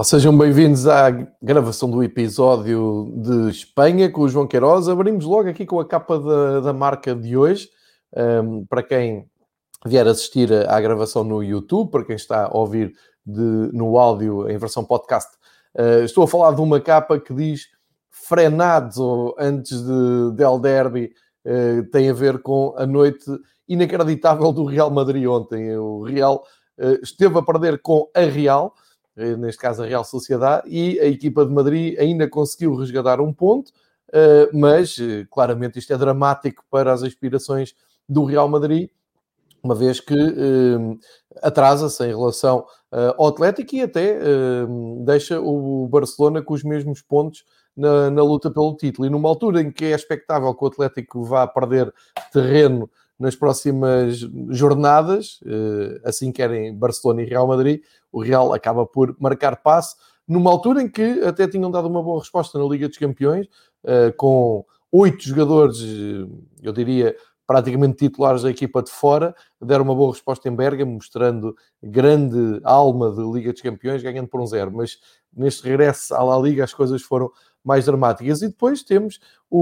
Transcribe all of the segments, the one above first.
Sejam bem-vindos à gravação do episódio de Espanha com o João Queiroz. Abrimos logo aqui com a capa da marca de hoje. Para quem vier assistir à gravação no YouTube, para quem está a ouvir no áudio em versão podcast, estou a falar de uma capa que diz Frenazo antes de Del Derby. Tem a ver com a noite inacreditável do Real Madrid ontem. O Real esteve a perder com a Real, neste caso a Real Sociedade, e a equipa de Madrid ainda conseguiu resgatar um ponto, mas claramente isto é dramático para as aspirações do Real Madrid, uma vez que atrasa-se em relação ao Atlético e até deixa o Barcelona com os mesmos pontos na luta pelo título. E numa altura em que é expectável que o Atlético vá perder terreno nas próximas jornadas, assim querem Barcelona e Real Madrid, o Real acaba por marcar passe, numa altura em que até tinham dado uma boa resposta na Liga dos Campeões, com 8 jogadores, eu diria, praticamente titulares da equipa de fora, deram uma boa resposta em Bérgamo, mostrando grande alma de Liga dos Campeões, ganhando por 1-0. Mas neste regresso à La Liga as coisas foram mais dramáticas. E depois temos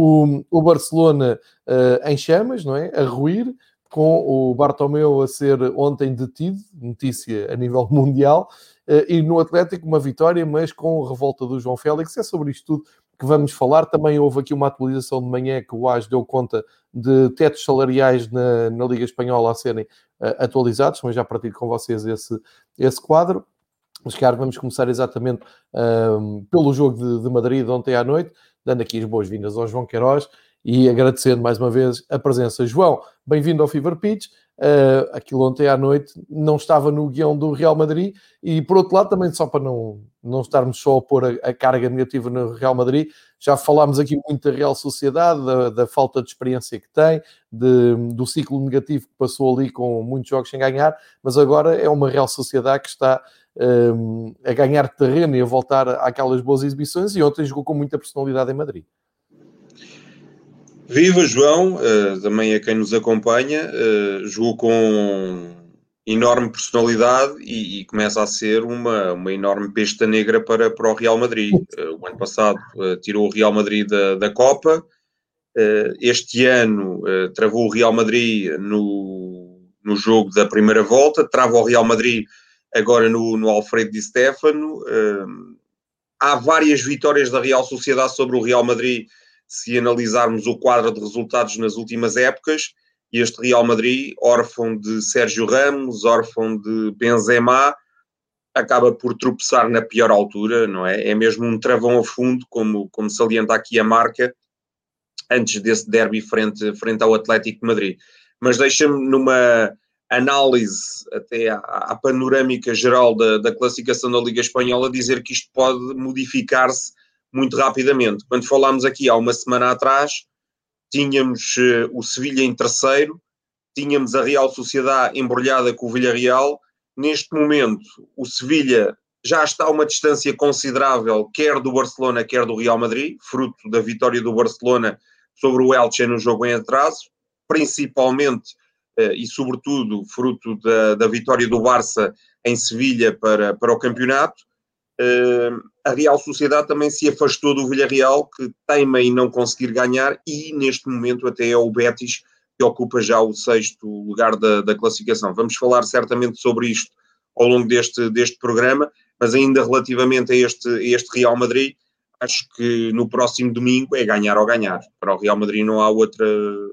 o Barcelona em chamas, não é? A ruir, com o Bartomeu a ser ontem detido, notícia a nível mundial, e no Atlético uma vitória, mas com a revolta do João Félix. É sobre isto tudo que vamos falar. Também houve aqui uma atualização de manhã que o AS deu conta de tetos salariais na Liga Espanhola a serem atualizados, mas já partilho com vocês esse quadro. Mas, claro, vamos começar exatamente pelo jogo de Madrid de ontem à noite, dando aqui as boas-vindas ao João Queiroz e agradecendo mais uma vez a presença. João, bem-vindo ao Fever Pitch. Aquilo ontem à noite não estava no guião do Real Madrid e, por outro lado, também só para não estarmos só a pôr a carga negativa no Real Madrid, já falámos aqui muito da Real Sociedade, da falta de experiência que tem, do ciclo negativo que passou ali com muitos jogos sem ganhar, mas agora é uma Real Sociedade que está a ganhar terreno e a voltar àquelas boas exibições, e ontem jogou com muita personalidade em Madrid. Viva João, também a quem nos acompanha, jogou com enorme personalidade e começa a ser uma enorme besta negra para o Real Madrid. O ano passado tirou o Real Madrid da Copa, este ano travou o Real Madrid no jogo da primeira volta, trava o Real Madrid agora no Alfredo Di Stéfano. Há várias vitórias da Real Sociedade sobre o Real Madrid se analisarmos o quadro de resultados nas últimas épocas. Este Real Madrid, órfão de Sérgio Ramos, órfão de Benzema, acaba por tropeçar na pior altura, não é? É mesmo um travão a fundo, como salienta aqui a marca, antes desse derby frente ao Atlético de Madrid. Mas deixa-me numa análise até à panorâmica geral da classificação da Liga Espanhola dizer que isto pode modificar-se muito rapidamente. Quando falámos aqui há uma semana atrás, tínhamos o Sevilha em terceiro, tínhamos a Real Sociedade embrulhada com o Villarreal. Neste momento, o Sevilha já está a uma distância considerável, quer do Barcelona, quer do Real Madrid, fruto da vitória do Barcelona sobre o Elche no jogo em atraso, principalmente e sobretudo fruto da vitória do Barça em Sevilha para o campeonato. A Real Sociedade também se afastou do Villarreal, que teima em não conseguir ganhar, e neste momento até é o Betis que ocupa já o 6º lugar da classificação. Vamos falar certamente sobre isto ao longo deste programa, mas ainda relativamente a este Real Madrid, acho que no próximo domingo é ganhar ou ganhar. Para o Real Madrid não há outra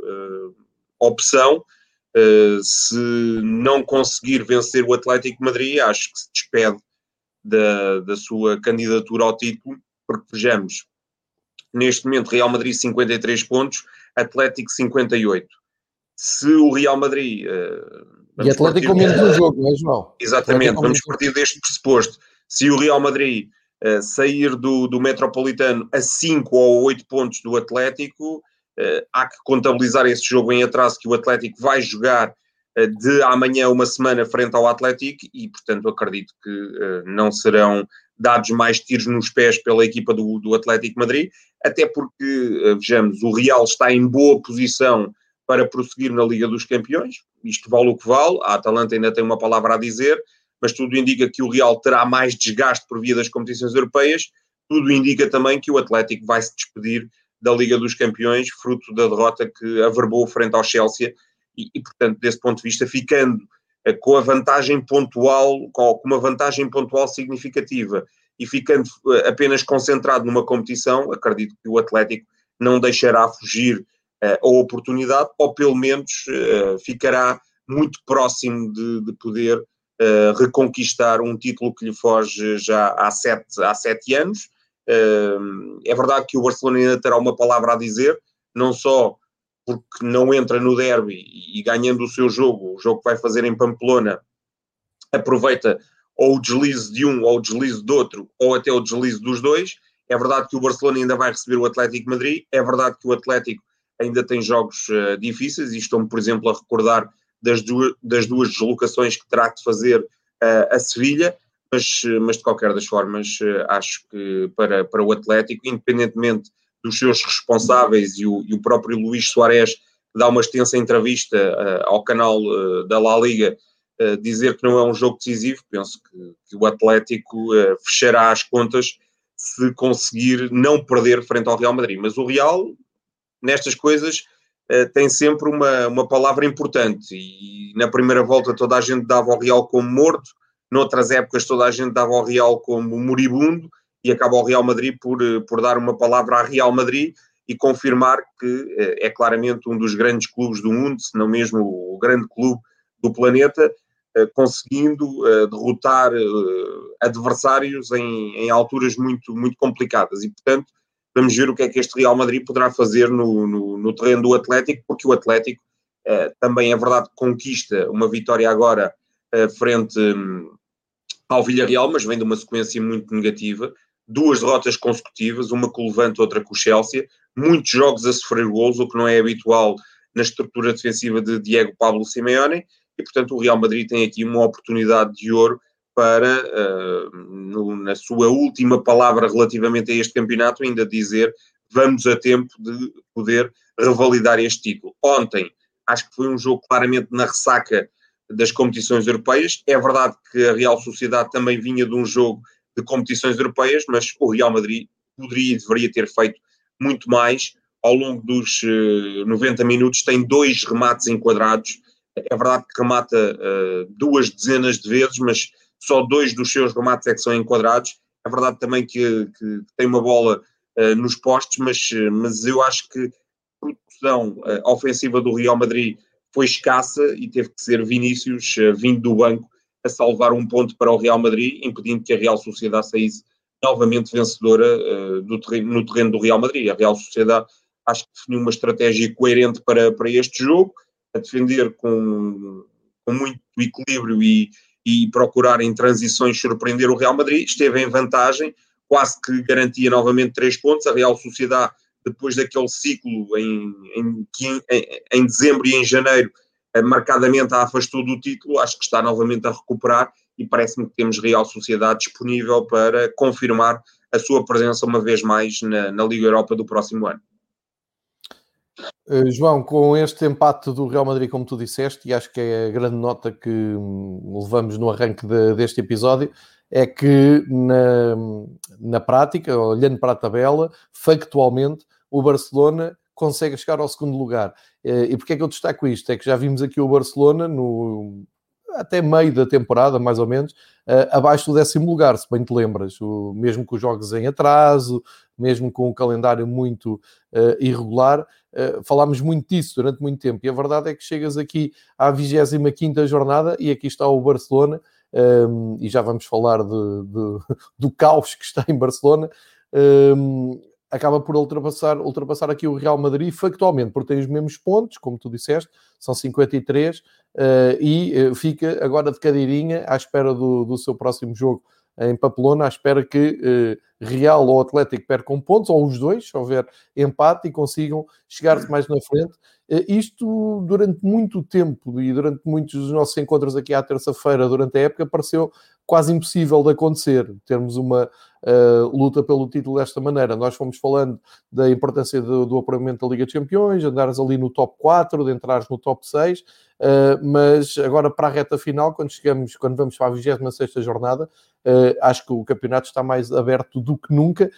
opção. Se não conseguir vencer o Atlético de Madrid, acho que se despede da sua candidatura ao título, porque vejamos, neste momento Real Madrid 53 pontos, Atlético 58. Se o Real Madrid... e Atlético com menos um jogo, não é, João? Exatamente, vamos partir deste pressuposto. Se o Real Madrid sair do Metropolitano a 5 ou 8 pontos do Atlético, há que contabilizar esse jogo em atraso que o Atlético vai jogar de amanhã uma semana frente ao Atlético e, portanto, acredito que não serão dados mais tiros nos pés pela equipa do Atlético Madrid, até porque, vejamos, o Real está em boa posição para prosseguir na Liga dos Campeões, isto vale o que vale, a Atalanta ainda tem uma palavra a dizer, mas tudo indica que o Real terá mais desgaste por via das competições europeias. Tudo indica também que o Atlético vai se despedir da Liga dos Campeões, fruto da derrota que averbou frente ao Chelsea, e portanto, desse ponto de vista, ficando com a vantagem pontual, com uma vantagem pontual significativa, e ficando apenas concentrado numa competição, acredito que o Atlético não deixará fugir a oportunidade, ou pelo menos ficará muito próximo de poder reconquistar um título que lhe foge já há 7 anos. É verdade que o Barcelona ainda terá uma palavra a dizer, não só porque não entra no derby e ganhando o seu jogo, o jogo que vai fazer em Pamplona, aproveita ou o deslize de um ou o deslize do outro, ou até o deslize dos dois. É verdade que o Barcelona ainda vai receber o Atlético de Madrid, é verdade que o Atlético ainda tem jogos difíceis, e estou-me, por exemplo, a recordar das duas deslocações que terá de fazer a Sevilha, mas de qualquer das formas, acho que para o Atlético, independentemente dos seus responsáveis e o próprio Luís Soares, que dá uma extensa entrevista ao canal da La Liga, dizer que não é um jogo decisivo, penso que o Atlético fechará as contas se conseguir não perder frente ao Real Madrid. Mas o Real, nestas coisas, tem sempre uma palavra importante, e na primeira volta toda a gente dava ao Real como morto, noutras épocas toda a gente dava ao Real como moribundo, e acaba o Real Madrid por dar uma palavra a Real Madrid e confirmar que é claramente um dos grandes clubes do mundo, se não mesmo o grande clube do planeta, conseguindo derrotar adversários em alturas muito, muito complicadas. E, portanto, vamos ver o que é que este Real Madrid poderá fazer no terreno do Atlético, porque o Atlético também é verdade que conquista uma vitória agora frente ao Villarreal, mas vem de uma sequência muito negativa, 2 derrotas consecutivas, uma com o Levante, outra com o Chelsea, muitos jogos a sofrer golos, o que não é habitual na estrutura defensiva de Diego Pablo Simeone, e portanto o Real Madrid tem aqui uma oportunidade de ouro para, na sua última palavra relativamente a este campeonato, ainda dizer: vamos a tempo de poder revalidar este título. Ontem, acho que foi um jogo claramente na ressaca das competições europeias. É verdade que a Real Sociedade também vinha de um jogo de competições europeias, mas o Real Madrid poderia e deveria ter feito muito mais. Ao longo dos 90 minutos tem 2 remates enquadrados. É verdade que remata 2 dezenas de vezes, mas só 2 dos seus remates é que são enquadrados. É verdade também que tem uma bola nos postes, mas eu acho que a produção ofensiva do Real Madrid foi escassa e teve que ser Vinícius, vindo do banco, a salvar um ponto para o Real Madrid, impedindo que a Real Sociedade saísse novamente vencedora no terreno do Real Madrid. A Real Sociedade acho que definiu uma estratégia coerente para este jogo, a defender com muito equilíbrio e procurar em transições surpreender o Real Madrid. Esteve em vantagem, quase que garantia novamente 3 pontos. A Real Sociedade, depois daquele ciclo em dezembro e em janeiro, marcadamente a afastou do título, acho que está novamente a recuperar, e parece-me que temos Real Sociedade disponível para confirmar a sua presença uma vez mais na Liga Europa do próximo ano. João, com este empate do Real Madrid, como tu disseste, e acho que é a grande nota que levamos no arranque deste episódio, é que na prática, olhando para a tabela, factualmente, o Barcelona consegue chegar ao segundo lugar. E porquê é que eu destaco isto? É que já vimos aqui o Barcelona até meio da temporada, mais ou menos, abaixo do 10º lugar, se bem te lembras, mesmo com os jogos em atraso, mesmo com o calendário muito irregular, falámos muito disso durante muito tempo, e a verdade é que chegas aqui à 25ª jornada e aqui está o Barcelona, e já vamos falar do caos que está em Barcelona, acaba por ultrapassar aqui o Real Madrid factualmente, porque tem os mesmos pontos, como tu disseste, são 53, e fica agora de cadeirinha à espera do seu próximo jogo em Pamplona, à espera que Real ou Atlético percam pontos, ou os dois, se houver empate, e consigam chegar-se mais na frente. Isto durante muito tempo, e durante muitos dos nossos encontros aqui à terça-feira, durante a época, pareceu quase impossível de acontecer, termos uma luta pelo título desta maneira. Nós fomos falando da importância do apuramento da Liga dos Campeões, andares ali no top 4, de entrares no top 6, mas agora para a reta final, quando vamos para a 26ª jornada, acho que o campeonato está mais aberto do que nunca,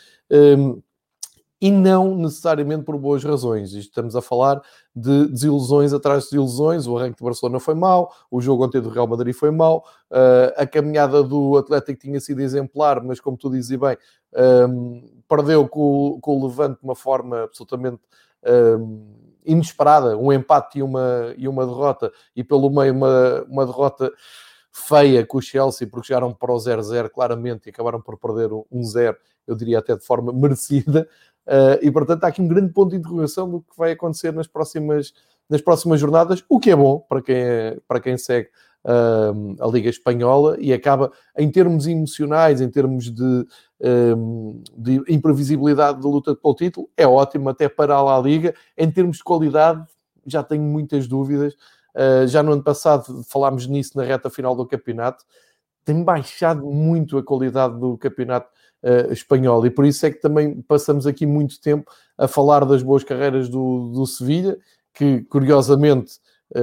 e não necessariamente por boas razões. Estamos a falar de desilusões atrás de desilusões. O arranque de Barcelona foi mau, o jogo ontem do Real Madrid foi mau, a caminhada do Atlético tinha sido exemplar, mas como tu dizes bem, perdeu com o Levante de uma forma absolutamente inesperada, um empate e uma derrota, e pelo meio uma derrota feia com o Chelsea, porque chegaram para o 0-0 claramente e acabaram por perder 1-0, eu diria até de forma merecida. E portanto há aqui um grande ponto de interrogação do que vai acontecer nas próximas jornadas, o que é bom para quem segue a Liga Espanhola, e acaba, em termos emocionais, em termos de imprevisibilidade da luta pelo título, é ótimo até para a La Liga. Em termos de qualidade, já tenho muitas dúvidas. Já no ano passado falámos nisso na reta final do campeonato, tem baixado muito a qualidade do campeonato espanhol, e por isso é que também passamos aqui muito tempo a falar das boas carreiras do Sevilha, que curiosamente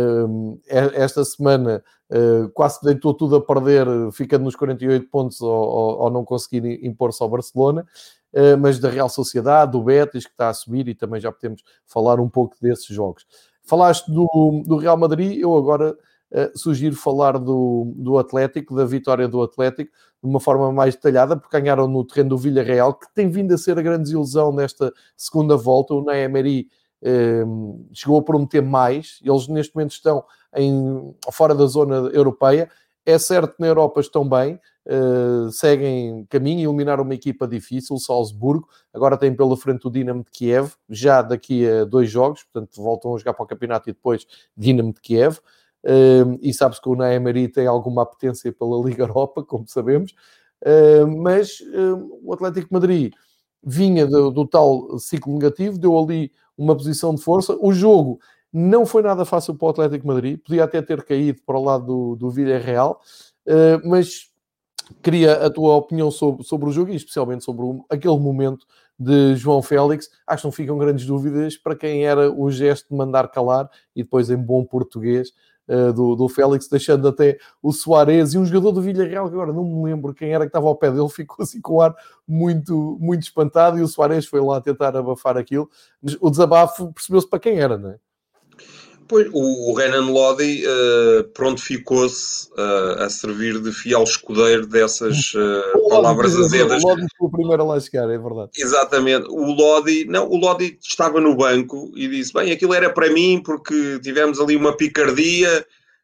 esta semana quase deitou tudo a perder, ficando nos 48 pontos ao não conseguir impor-se ao Barcelona, mas da Real Sociedade, do Betis, que está a subir, e também já podemos falar um pouco desses jogos. Falaste do Real Madrid, eu agora sugiro falar do Atlético, da vitória do Atlético, de uma forma mais detalhada, porque ganharam no terreno do Villarreal, que tem vindo a ser a grande desilusão nesta segunda volta. O Unai Emery chegou a prometer mais. Eles neste momento estão fora da zona europeia. É certo que na Europa estão bem, seguem caminho e eliminaram uma equipa difícil, o Salzburgo. Agora têm pela frente o Dinamo de Kiev, já daqui a 2 jogos, portanto voltam a jogar para o campeonato e depois Dinamo de Kiev. E sabe-se que o Unai Emery tem alguma apetência pela Liga Europa, como sabemos, mas o Atlético de Madrid vinha do tal ciclo negativo, deu ali uma posição de força. O jogo não foi nada fácil para o Atlético de Madrid, podia até ter caído para o lado do Villarreal, mas queria a tua opinião sobre o jogo, e especialmente sobre aquele momento de João Félix. Acho que não ficam grandes dúvidas para quem era o gesto de mandar calar, e depois em bom português, do Félix, deixando até o Suárez e um jogador do Villarreal, que agora não me lembro quem era, que estava ao pé dele, ficou assim com o ar muito, muito espantado, e o Suárez foi lá tentar abafar aquilo. Mas o desabafo percebeu-se para quem era, não é? Pois, o Renan Lodi prontificou-se a servir de fiel escudeiro dessas palavras azedas. O Lodi foi o primeiro a lá chegar, é verdade. Exatamente. O Lodi estava no banco e disse, bem, aquilo era para mim porque tivemos ali uma picardia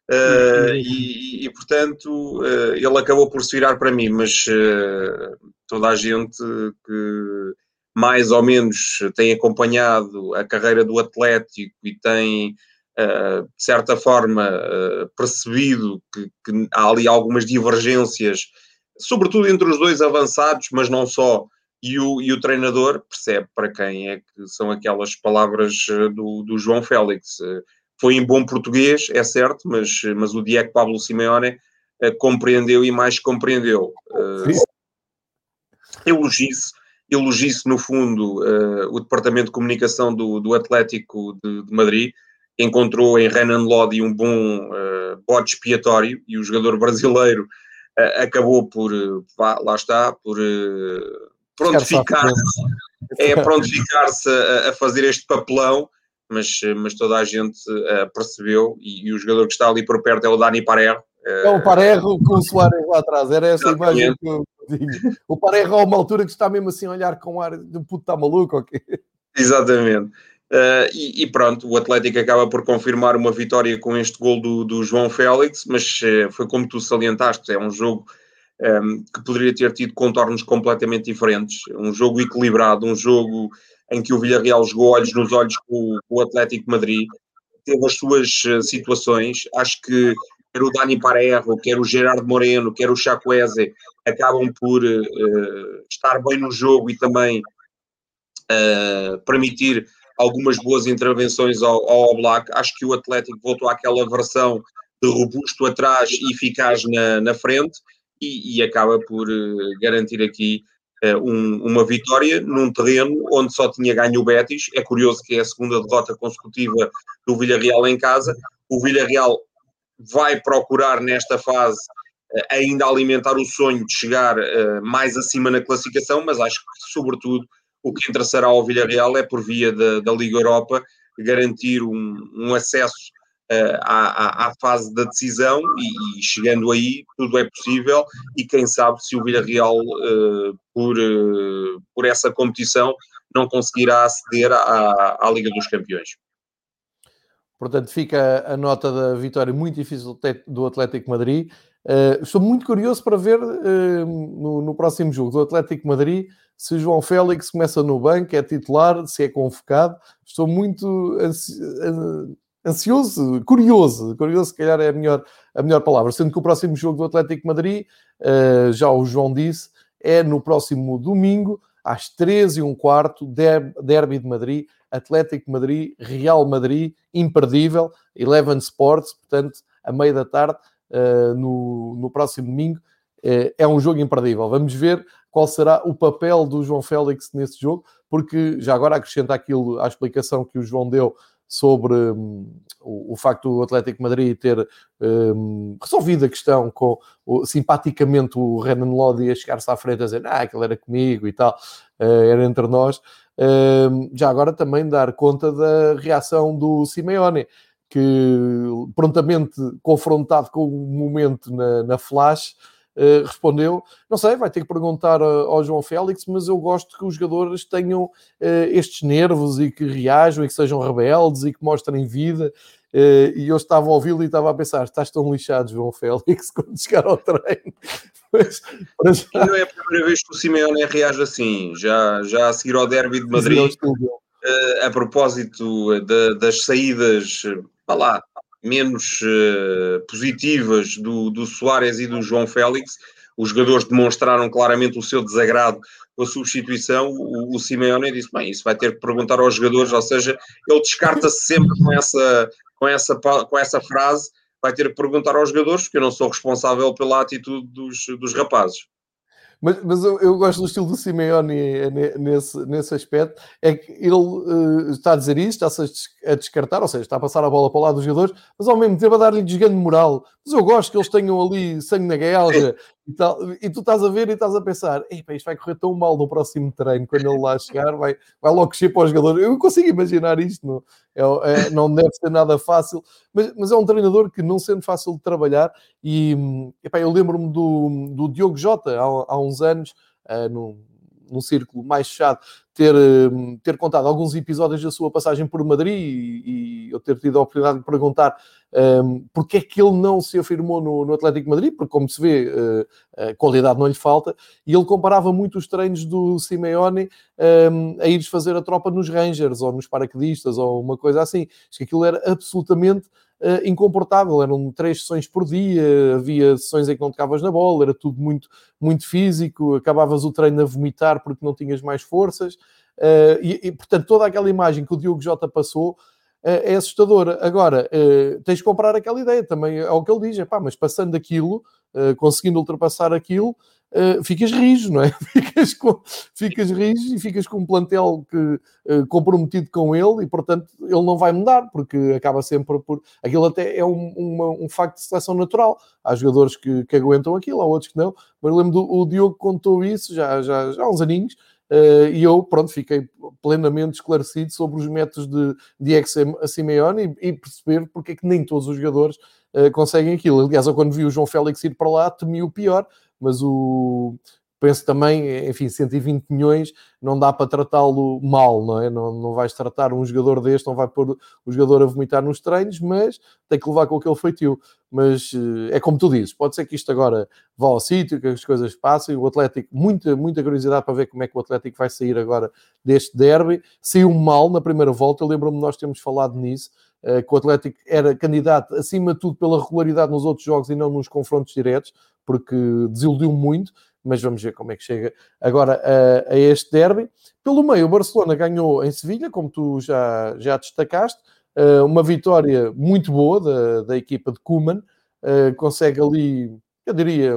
e portanto, ele acabou por se virar para mim, mas toda a gente que mais ou menos tem acompanhado a carreira do Atlético e tem de certa forma percebido que há ali algumas divergências, sobretudo entre os dois avançados, mas não só, e o treinador, percebe para quem é que são aquelas palavras do João Félix. Foi em bom português, é certo, mas o Diego Pablo Simeone compreendeu e mais compreendeu. Elogio-se, no fundo, o departamento de comunicação do Atlético de Madrid. Encontrou em Renan Lodi um bom bode expiatório, e o jogador brasileiro acabou por, lá está, por prontificar-se a fazer este papelão, mas toda a gente percebeu, e o jogador que está ali por perto é o Dani Parejo. É o Parejo com o Soares lá atrás, era essa imagem que eu tinha. O Parejo a uma altura que está mesmo assim a olhar com ar de puto, está maluco, ok? Exatamente. E pronto, o Atlético acaba por confirmar uma vitória com este gol do João Félix, mas foi como tu salientaste, é um jogo que poderia ter tido contornos completamente diferentes, um jogo equilibrado, um jogo em que o Villarreal jogou olhos nos olhos com o Atlético de Madrid, teve as suas situações. Acho que quer o Dani Parejo, quer o Gerardo Moreno, quer o Chakweze, acabam por estar bem no jogo e também permitir algumas boas intervenções ao Oblak. Acho que o Atlético voltou àquela versão de robusto atrás e eficaz na frente, e acaba por garantir aqui uma vitória num terreno onde só tinha ganho o Betis. É curioso que é a segunda derrota consecutiva do Villarreal em casa. O Villarreal vai procurar nesta fase ainda alimentar o sonho de chegar mais acima na classificação, mas acho que, sobretudo, o que interessará ao Villarreal é, por via da Liga Europa, garantir um acesso à fase da decisão e chegando aí tudo é possível e quem sabe se o Villarreal por essa competição não conseguirá aceder à Liga dos Campeões. Portanto, fica a nota da vitória muito difícil do Atlético Madrid. Estou muito curioso para ver no próximo jogo do Atlético Madrid se João Félix começa no banco, é titular, se é convocado. Estou muito ansioso, curioso se calhar é a melhor palavra, sendo que o próximo jogo do Atlético Madrid, já o João disse, é no próximo domingo, às 13h15, Derby de Madrid, Atlético Madrid, Real Madrid, imperdível, Eleven Sports, portanto, à meia da tarde, no próximo domingo, é um jogo imperdível. Vamos ver qual será o papel do João Félix nesse jogo, porque já agora acrescenta aquilo à explicação que o João deu sobre o facto do Atlético Madrid ter resolvido a questão com simpaticamente o Renan Lodi a chegar-se à frente a dizer aquilo era comigo e tal, era entre nós. Já agora também dar conta da reação do Simeone, que prontamente confrontado com o momento na flash, respondeu, não sei, vai ter que perguntar ao João Félix, mas eu gosto que os jogadores tenham estes nervos e que reajam e que sejam rebeldes e que mostrem vida. E eu estava a ouvi-lo e estava a pensar, estás tão lixado, João Félix, quando chegar ao treino. Mas já... E não é a primeira vez que o Simeone reage assim, já a seguir ao Derby de Madrid, a propósito das saídas, vá lá, menos positivas do Suárez e do João Félix, os jogadores demonstraram claramente o seu desagrado com a substituição. O Simeone disse, bem, isso vai ter que perguntar aos jogadores, ou seja, ele descarta-se sempre com essa frase, vai ter que perguntar aos jogadores, porque eu não sou responsável pela atitude dos rapazes. Mas eu gosto do estilo do Simeone nesse aspecto, é que ele está a dizer isto, está-se a descartar, ou seja, está a passar a bola para o lado dos jogadores, mas ao mesmo tempo a dar-lhe desgano moral. Mas eu gosto que eles tenham ali sangue na guerra e tal, e tu estás a ver e estás a pensar, isto vai correr tão mal no próximo treino, quando ele lá chegar, vai logo crescer para os jogadores. Eu consigo imaginar isto, não deve ser nada fácil, mas é um treinador que não sendo fácil de trabalhar, e eu lembro-me do Diogo Jota há uns anos, num círculo mais fechado, ter contado alguns episódios da sua passagem por Madrid e eu ter tido a oportunidade de perguntar porque é que ele não se afirmou no Atlético de Madrid, porque como se vê, a qualidade não lhe falta, e ele comparava muito os treinos do Simeone a ires fazer a tropa nos Rangers ou nos paraquedistas ou uma coisa assim. Acho que aquilo era absolutamente incomportável, eram 3 sessões por dia, havia sessões em que não tocavas na bola, era tudo muito, muito físico, acabavas o treino a vomitar porque não tinhas mais forças, portanto toda aquela imagem que o Diogo Jota passou é assustadora. Agora, tens de comprar aquela ideia, também é o que ele diz, mas passando aquilo, conseguindo ultrapassar aquilo, ficas rijo, não é? Ficas rijo e ficas com um plantel comprometido com ele e, portanto, ele não vai mudar, porque acaba sempre por... Aquilo até é um facto de seleção natural. Há jogadores que aguentam aquilo, há outros que não. Mas eu lembro o Diogo contou isso já há uns aninhos, e eu, fiquei plenamente esclarecido sobre os métodos de Simeone e perceber porque é que nem todos os jogadores conseguem aquilo. Aliás, eu quando vi o João Félix ir para lá, temi o pior, mas penso também, enfim, 120 milhões não dá para tratá-lo mal, não é? Não vais tratar um jogador deste, não vai pôr o jogador a vomitar nos treinos, mas tem que levar com aquele feitio. Mas é como tu dizes, pode ser que isto agora vá ao sítio, que as coisas passem. O Atlético, muita curiosidade para ver como é que o Atlético vai sair agora deste derby. Saiu mal na primeira volta, eu lembro-me de nós termos falado nisso, que o Atlético era candidato, acima de tudo, pela regularidade nos outros jogos e não nos confrontos diretos, porque desiludiu muito, mas vamos ver como é que chega agora a este derby. Pelo meio, o Barcelona ganhou em Sevilha, como tu já destacaste, uma vitória muito boa da equipa de Koeman, consegue ali eu diria,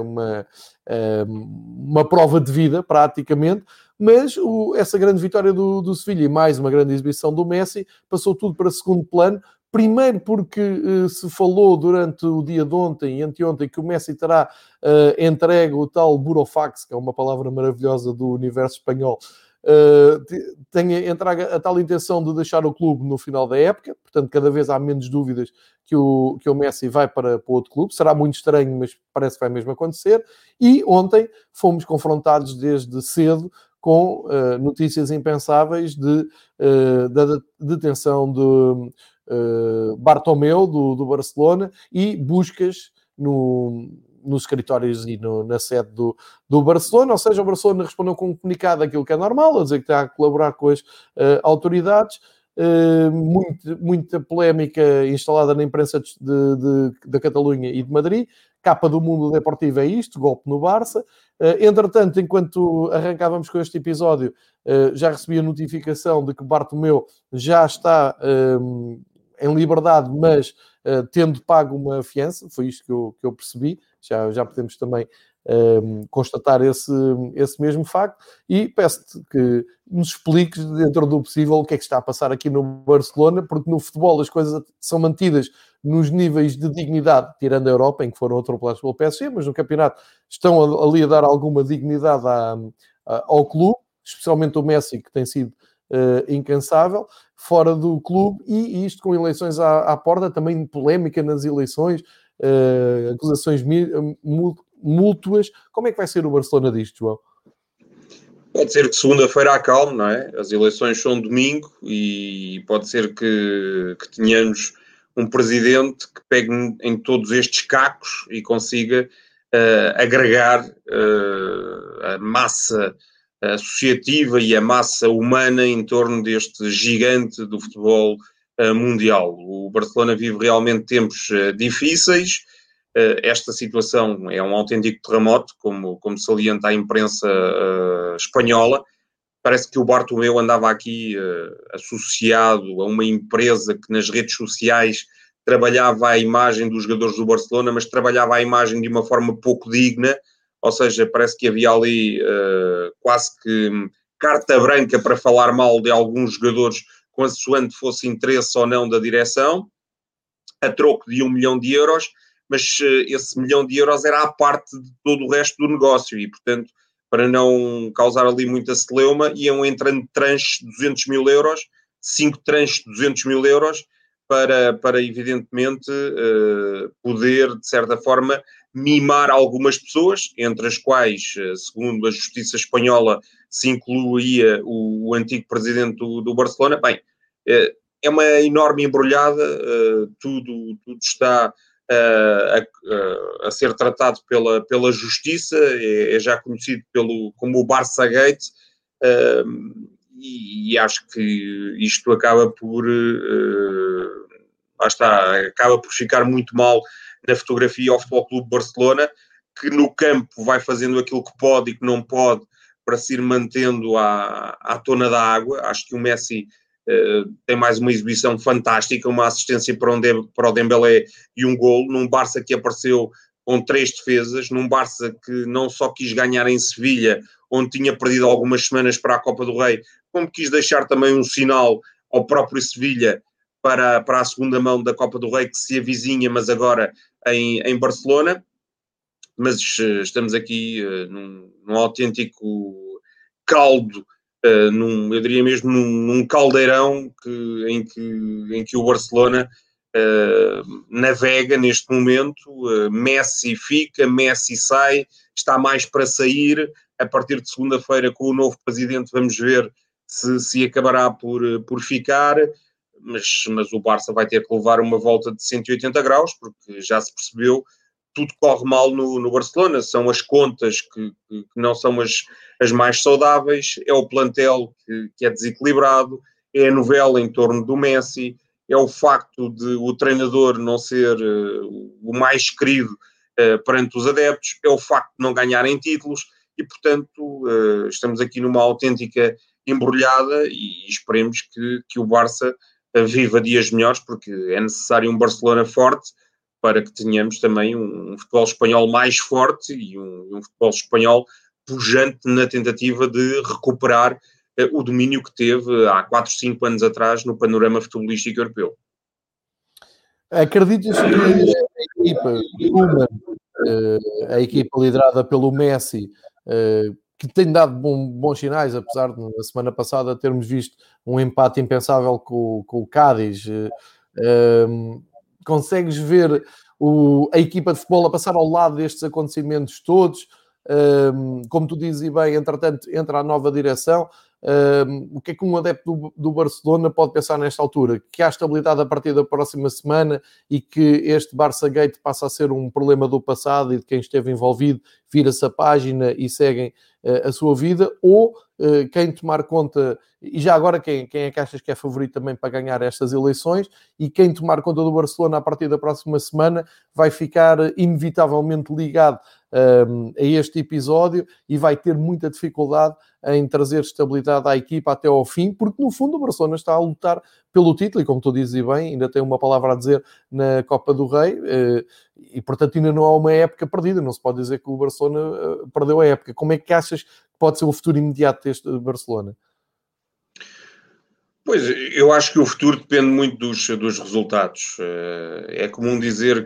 uma prova de vida, praticamente, mas essa grande vitória do Sevilha e mais uma grande exibição do Messi passou tudo para segundo plano. Primeiro porque se falou durante o dia de ontem e anteontem que o Messi terá entregue o tal burofax, que é uma palavra maravilhosa do universo espanhol, tenha entregue a tal intenção de deixar o clube no final da época. Portanto, cada vez há menos dúvidas que o Messi vai para outro clube. Será muito estranho, mas parece que vai mesmo acontecer. E ontem fomos confrontados desde cedo com notícias impensáveis da detenção de Bartomeu, do Barcelona, e buscas nos escritórios e na sede do Barcelona. Ou seja, o Barcelona respondeu com um comunicado aquilo que é normal, a dizer que está a colaborar com as autoridades. Muita polémica instalada na imprensa da Catalunha e de Madrid. Capa do Mundo Deportivo é isto, golpe no Barça. Entretanto, enquanto arrancávamos com este episódio, já recebi a notificação de que Bartomeu já está em liberdade, mas tendo pago uma fiança. Foi isto que eu percebi. Já podemos também constatar esse mesmo facto, e peço-te que nos expliques, dentro do possível, o que é que está a passar aqui no Barcelona, porque no futebol as coisas são mantidas nos níveis de dignidade, tirando a Europa, em que foram atropelados pelo PSG, mas no campeonato estão ali a dar alguma dignidade ao clube, especialmente o Messi, que tem sido incansável, fora do clube, e isto com eleições à porta, também polémica nas eleições, acusações mútuas. Como é que vai ser o Barcelona disto, João? Pode ser que segunda-feira acalme, não é? As eleições são domingo e pode ser que tenhamos um presidente que pegue em todos estes cacos e consiga agregar a massa associativa e a massa humana em torno deste gigante do futebol mundial. O Barcelona vive realmente tempos difíceis. Esta situação é um autêntico terremoto, como salienta a imprensa espanhola. Parece que o Bartomeu andava aqui associado a uma empresa que nas redes sociais trabalhava a imagem dos jogadores do Barcelona, mas trabalhava a imagem de uma forma pouco digna, ou seja, parece que havia ali quase que carta branca para falar mal de alguns jogadores, consoante fosse interesse ou não da direção, a troco de 1 milhão de euros, mas esse 1 milhão de euros era à parte de todo o resto do negócio e, portanto, para não causar ali muita celeuma, iam entrando tranches de 200 mil euros, 5 tranches de 200 mil euros, para evidentemente, poder, de certa forma, mimar algumas pessoas, entre as quais, segundo a Justiça Espanhola, se incluía o antigo presidente do Barcelona. Bem, é uma enorme embrulhada, tudo está a ser tratado pela Justiça, é já conhecido como o Barça Gate, e acho que isto acaba acaba por ficar muito mal na fotografia ao Futebol Clube Barcelona, que no campo vai fazendo aquilo que pode e que não pode para se ir mantendo à tona da água. Acho que o Messi tem mais uma exibição fantástica, uma assistência para o Dembélé e um golo, num Barça que apareceu com 3 defesas, num Barça que não só quis ganhar em Sevilha, onde tinha perdido algumas semanas para a Copa do Rei, como quis deixar também um sinal ao próprio Sevilha para a segunda mão da Copa do Rei, que se avizinha, mas agora em Barcelona. Mas estamos aqui num autêntico caldo, eu diria mesmo num caldeirão em que o Barcelona navega neste momento. Messi fica, Messi sai, está mais para sair. A partir de segunda-feira, com o novo presidente, vamos ver se acabará por ficar, mas o Barça vai ter que levar uma volta de 180 graus, porque já se percebeu, tudo corre mal no Barcelona. São as contas que não são as mais saudáveis, é o plantel que é desequilibrado, é a novela em torno do Messi, é o facto de o treinador não ser o mais querido perante os adeptos, é o facto de não ganharem títulos e, portanto, estamos aqui numa autêntica embrulhada e esperemos que o Barça viva dias melhores, porque é necessário um Barcelona forte para que tenhamos também um futebol espanhol mais forte e um futebol espanhol pujante na tentativa de recuperar o domínio que teve há 4, 5 anos atrás no panorama futebolístico europeu. Acreditas que a equipa liderada pelo Messi, que tem dado bons sinais, apesar de na semana passada termos visto um empate impensável com o Cádiz, consegues ver a equipa de futebol a passar ao lado destes acontecimentos todos? Como tu dizes e bem, entretanto entra a nova direção. O que é que um adepto do Barcelona pode pensar nesta altura? Que há estabilidade a partir da próxima semana e que este Barça Gate passa a ser um problema do passado e de quem esteve envolvido vira-se a página e seguem a sua vida? Ou quem tomar conta, e já agora quem é que achas que é favorito também para ganhar estas eleições, e quem tomar conta do Barcelona a partir da próxima semana vai ficar inevitavelmente ligado a este episódio e vai ter muita dificuldade em trazer estabilidade à equipa até ao fim, porque no fundo o Barcelona está a lutar pelo título e, como tu dizes bem, ainda tem uma palavra a dizer na Copa do Rei e portanto ainda não há uma época perdida, não se pode dizer que o Barcelona perdeu a época. Como é que achas que pode ser o futuro imediato deste Barcelona? Pois, eu acho que o futuro depende muito dos resultados. É comum dizer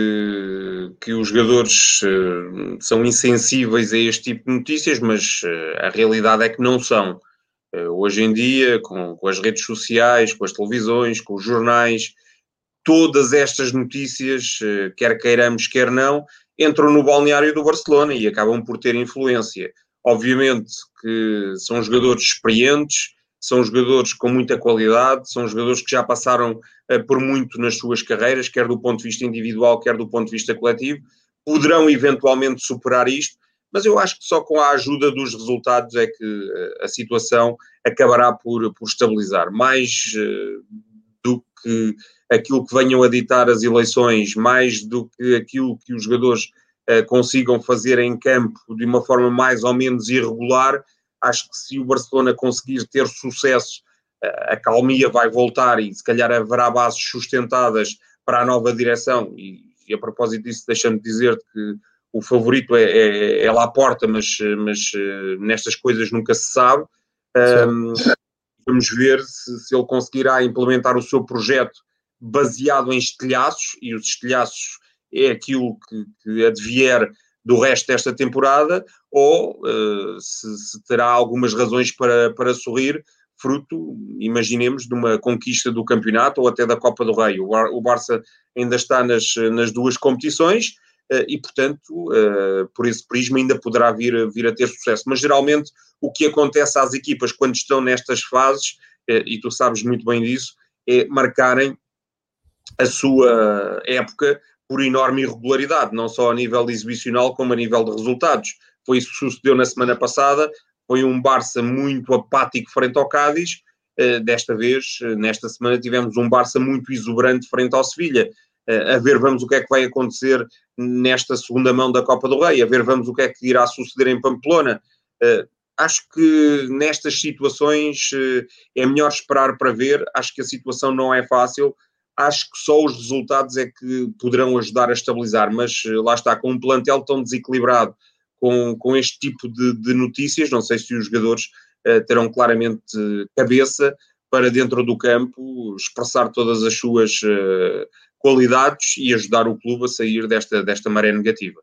que os jogadores são insensíveis a este tipo de notícias, mas a realidade é que não são. Hoje em dia, com as redes sociais, com as televisões, com os jornais, todas estas notícias, quer queiramos, quer não, entram no balneário do Barcelona e acabam por ter influência. Obviamente que são jogadores experientes, são jogadores com muita qualidade, são jogadores que já passaram por muito nas suas carreiras, quer do ponto de vista individual, quer do ponto de vista coletivo, poderão eventualmente superar isto, mas eu acho que só com a ajuda dos resultados é que a situação acabará por estabilizar. Mais do que aquilo que venham a ditar as eleições, mais do que aquilo que os jogadores consigam fazer em campo de uma forma mais ou menos irregular, acho que se o Barcelona conseguir ter sucesso, a calmia vai voltar e se calhar haverá bases sustentadas para a nova direção. E a propósito disso, deixa-me dizer-te que o favorito é Laporta, mas nestas coisas nunca se sabe. Vamos ver se ele conseguirá implementar o seu projeto baseado em estilhaços, e os estilhaços é aquilo que advier do resto desta temporada, ou se terá algumas razões para sorrir, fruto, imaginemos, de uma conquista do campeonato ou até da Copa do Rei. O Barça ainda está nas duas competições e, portanto, por esse prisma ainda poderá vir a ter sucesso. Mas, geralmente, o que acontece às equipas quando estão nestas fases, e tu sabes muito bem disso, é marcarem a sua época por enorme irregularidade, não só a nível exibicional como a nível de resultados. Foi isso que sucedeu na semana passada, foi um Barça muito apático frente ao Cádiz, desta vez, nesta semana, tivemos um Barça muito exuberante frente ao Sevilha. A ver, vamos o que é que vai acontecer nesta segunda mão da Copa do Rei, a ver, vamos o que é que irá suceder em Pamplona. Acho que nestas situações é melhor esperar para ver, acho que a situação não é fácil, acho que só os resultados é que poderão ajudar a estabilizar, mas lá está, com um plantel tão desequilibrado, com este tipo de notícias, não sei se os jogadores terão claramente cabeça para dentro do campo expressar todas as suas qualidades e ajudar o clube a sair desta maré negativa.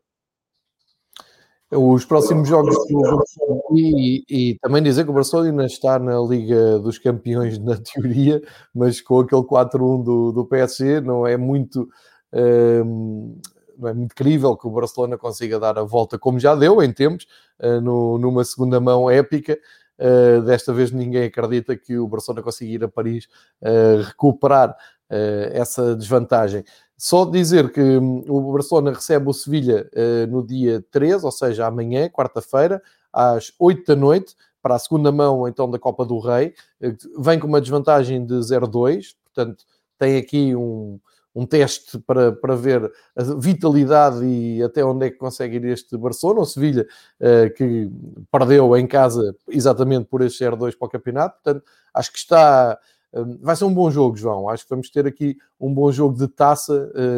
Os próximos jogos do Barcelona e também dizer que o Barcelona ainda está na Liga dos Campeões na teoria, mas com aquele 4-1 do PSG não é muito crível que o Barcelona consiga dar a volta, como já deu em tempos, numa segunda mão épica. Desta vez ninguém acredita que o Barcelona consiga ir a Paris recuperar essa desvantagem. Só dizer que o Barcelona recebe o Sevilha no dia 13, ou seja, amanhã, quarta-feira, às 8 da noite, para a segunda mão então da Copa do Rei. Vem com uma desvantagem de 0-2, portanto tem aqui um teste para ver a vitalidade e até onde é que consegue ir este Barcelona. O Sevilha, que perdeu em casa exatamente por este 0-2 para o campeonato. Portanto, acho que vai ser um bom jogo, João. Acho que vamos ter aqui um bom jogo de taça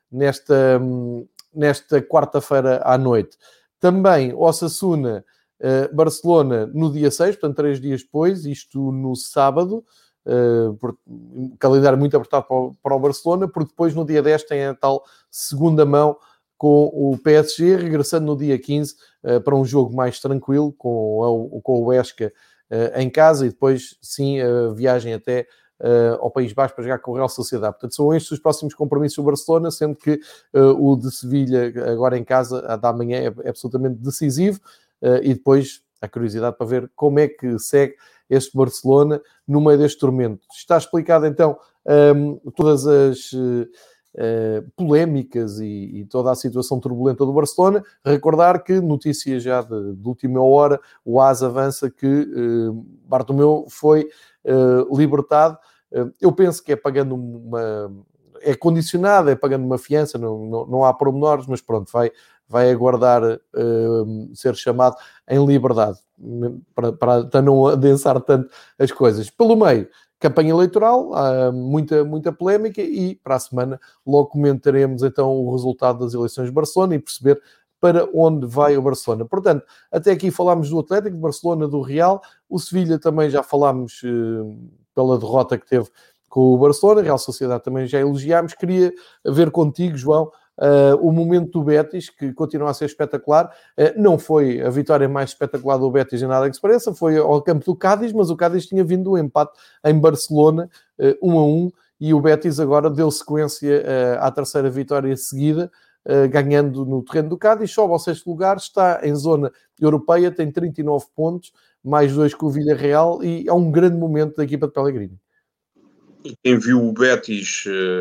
nesta quarta-feira à noite. Também Osasuna, Barcelona no dia 6, portanto 3 dias depois, isto no sábado, calendário muito apertado para o Barcelona, porque depois no dia 10 tem a tal segunda mão com o PSG, regressando no dia 15 para um jogo mais tranquilo com o Huesca em casa, e depois sim a viagem até ao País Basco para jogar com o Real Sociedade. Portanto, são estes os próximos compromissos do Barcelona, sendo que o de Sevilha agora em casa, a da manhã, é absolutamente decisivo. E depois a curiosidade para ver como é que segue este Barcelona no meio deste tormento. Está explicado então todas as polémicas e toda a situação turbulenta do Barcelona. Recordar que, notícia já de última hora, o AS avança que Bartomeu foi libertado. Eu penso que é pagando é condicionado, é pagando uma fiança, não há pormenores, mas pronto, vai aguardar ser chamado em liberdade, para não adensar tanto as coisas. Pelo meio, campanha eleitoral, há muita polémica, e para a semana logo comentaremos então o resultado das eleições de Barcelona e perceber para onde vai o Barcelona. Portanto, até aqui falámos do Atlético, do Barcelona, do Real. O Sevilha também já falámos pela derrota que teve com o Barcelona. A Real Sociedade também já elogiámos. Queria ver contigo, João, o momento do Betis, que continua a ser espetacular. Não foi a vitória mais espetacular do Betis em nada que se pareça, foi ao campo do Cádiz, mas o Cádiz tinha vindo do empate em Barcelona, 1-1, e o Betis agora deu sequência à terceira vitória seguida, ganhando no terreno do Cádiz, sobe ao 6º lugar, está em zona europeia, tem 39 pontos, mais 2 com o Villarreal, e é um grande momento da equipa de Pellegrini. E quem viu o Betis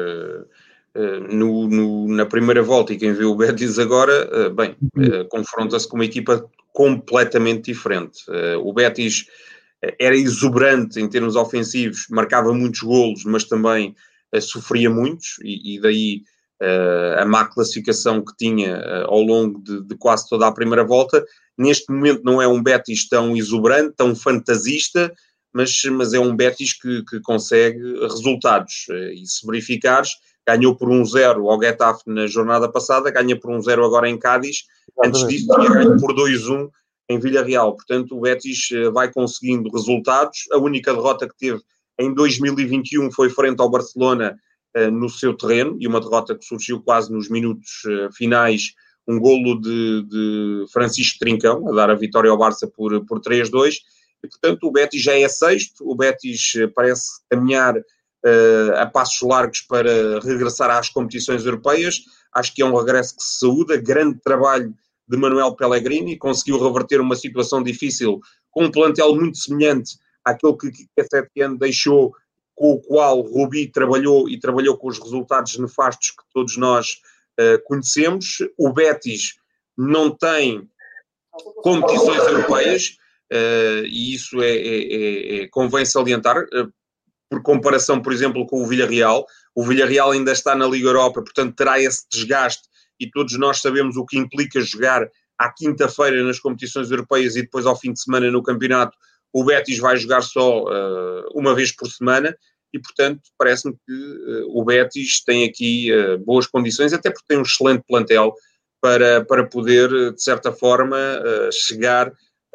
na primeira volta e quem viu o Betis agora, confronta-se com uma equipa completamente diferente. O Betis era exuberante em termos ofensivos, marcava muitos golos, mas também sofria muitos, e daí a má classificação que tinha ao longo de quase toda a primeira volta. Neste momento não é um Betis tão exuberante, tão fantasista, mas é um Betis que consegue resultados. E se verificares, ganhou por 1-0 ao Getafe na jornada passada, ganha por 1-0 agora em Cádiz. Antes disso tinha ganho por 2-1 em Villarreal. Portanto, o Betis vai conseguindo resultados. A única derrota que teve em 2021 foi frente ao Barcelona no seu terreno, e uma derrota que surgiu quase nos minutos finais, um golo de Francisco Trincão, a dar a vitória ao Barça por 3-2. E, portanto, o Betis já é sexto. O Betis parece caminhar a passos largos para regressar às competições europeias. Acho que é um regresso que se saúda. Grande trabalho de Manuel Pellegrini, conseguiu reverter uma situação difícil com um plantel muito semelhante àquele que Setien deixou, com o qual Rubi trabalhou com os resultados nefastos que todos nós conhecemos. O Betis não tem competições europeias, e isso convém salientar, por comparação, por exemplo, com o Villarreal. O Villarreal ainda está na Liga Europa, portanto terá esse desgaste, e todos nós sabemos o que implica jogar à quinta-feira nas competições europeias e depois ao fim de semana no campeonato. O Betis vai jogar só uma vez por semana, e portanto parece-me que o Betis tem aqui boas condições, até porque tem um excelente plantel para poder, de certa forma, chegar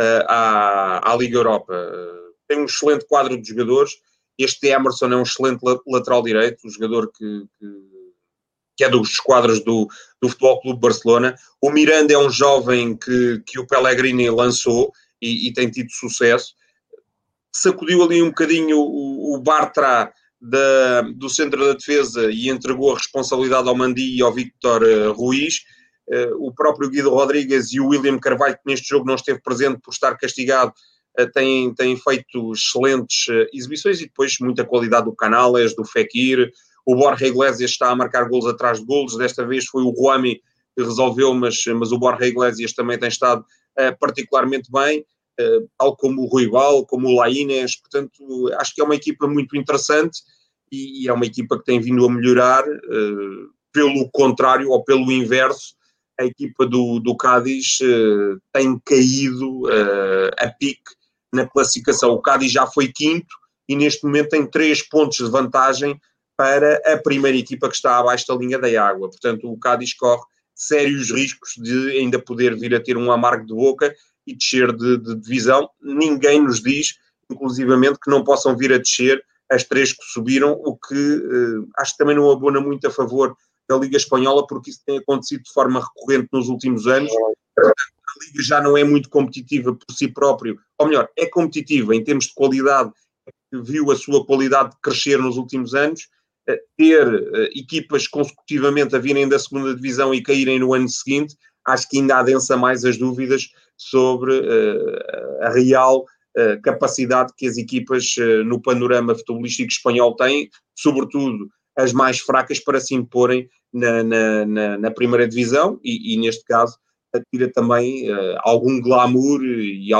à Liga Europa. Tem um excelente quadro de jogadores. Este Emerson é um excelente lateral direito, um jogador que é dos quadros do Futebol Clube Barcelona. O Miranda é um jovem que o Pellegrini lançou e tem tido sucesso. Sacudiu ali um bocadinho o Bartra do centro da defesa e entregou a responsabilidade ao Mandi e ao Víctor Ruiz. O próprio Guido Rodrigues e o William Carvalho, que neste jogo não esteve presente por estar castigado, têm feito excelentes exibições, e depois muita qualidade do Canales, do Fekir. O Borja Iglesias está a marcar golos atrás de golos. Desta vez foi o Ruami que resolveu, mas o Borja Iglesias também tem estado particularmente bem, tal como o Ruibal, como o Laínez. Portanto, acho que é uma equipa muito interessante, e é uma equipa que tem vindo a melhorar. Pelo contrário, ou pelo inverso, a equipa do Cádiz tem caído a pique na classificação. O Cádiz já foi quinto e neste momento tem 3 pontos de vantagem para a primeira equipa que está abaixo da linha da água. Portanto, o Cádiz corre sérios riscos de ainda poder vir a ter um amargo de boca e descer de divisão. Ninguém nos diz, inclusivamente, que não possam vir a descer as 3 que subiram, o que acho que também não abona muito a favor da Liga Espanhola, porque isso tem acontecido de forma recorrente nos últimos anos. A Liga já não é muito competitiva por si próprio, ou melhor, é competitiva em termos de qualidade, viu a sua qualidade crescer nos últimos anos. Ter equipas consecutivamente a virem da segunda divisão e caírem no ano seguinte, acho que ainda adensa mais as dúvidas sobre a real capacidade que as equipas no panorama futebolístico espanhol têm, sobretudo as mais fracas, para se imporem na primeira divisão e neste caso tira também algum glamour e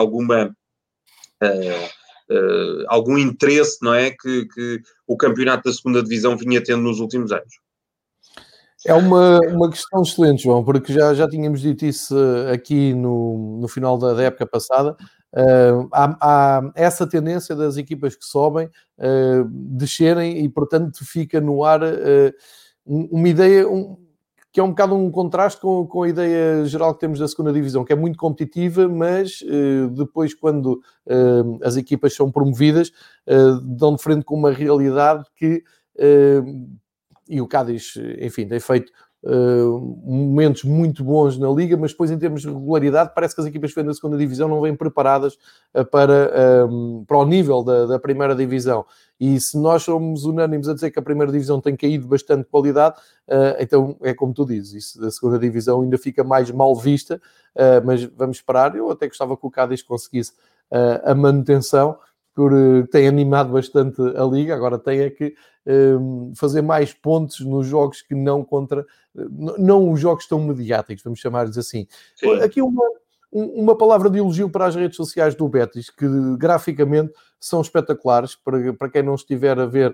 algum interesse, não é, que o campeonato da segunda divisão vinha tendo nos últimos anos. É uma questão excelente, João, porque já tínhamos dito isso aqui no final da época passada. Há essa tendência das equipas que sobem descerem e, portanto, fica no ar uma ideia que é um bocado um contraste com a ideia geral que temos da segunda divisão, que é muito competitiva, mas depois, quando as equipas são promovidas, dão de frente com uma realidade que... e o Cádiz, enfim, tem feito momentos muito bons na Liga, mas depois, em termos de regularidade, parece que as equipas que vêm da segunda divisão não vêm preparadas para o nível da primeira divisão. E se nós somos unânimes a dizer que a primeira divisão tem caído bastante qualidade, então é como tu dizes, isso, a segunda divisão ainda fica mais mal vista, mas vamos esperar. Eu até gostava que o Cádiz conseguisse a manutenção, porque tem animado bastante a Liga. Agora tem que fazer mais pontos nos jogos que não contra... Não os jogos tão mediáticos, vamos chamar-lhes assim. Sim. Aqui uma palavra de elogio para as redes sociais do Betis, que graficamente são espetaculares. Para quem não estiver a ver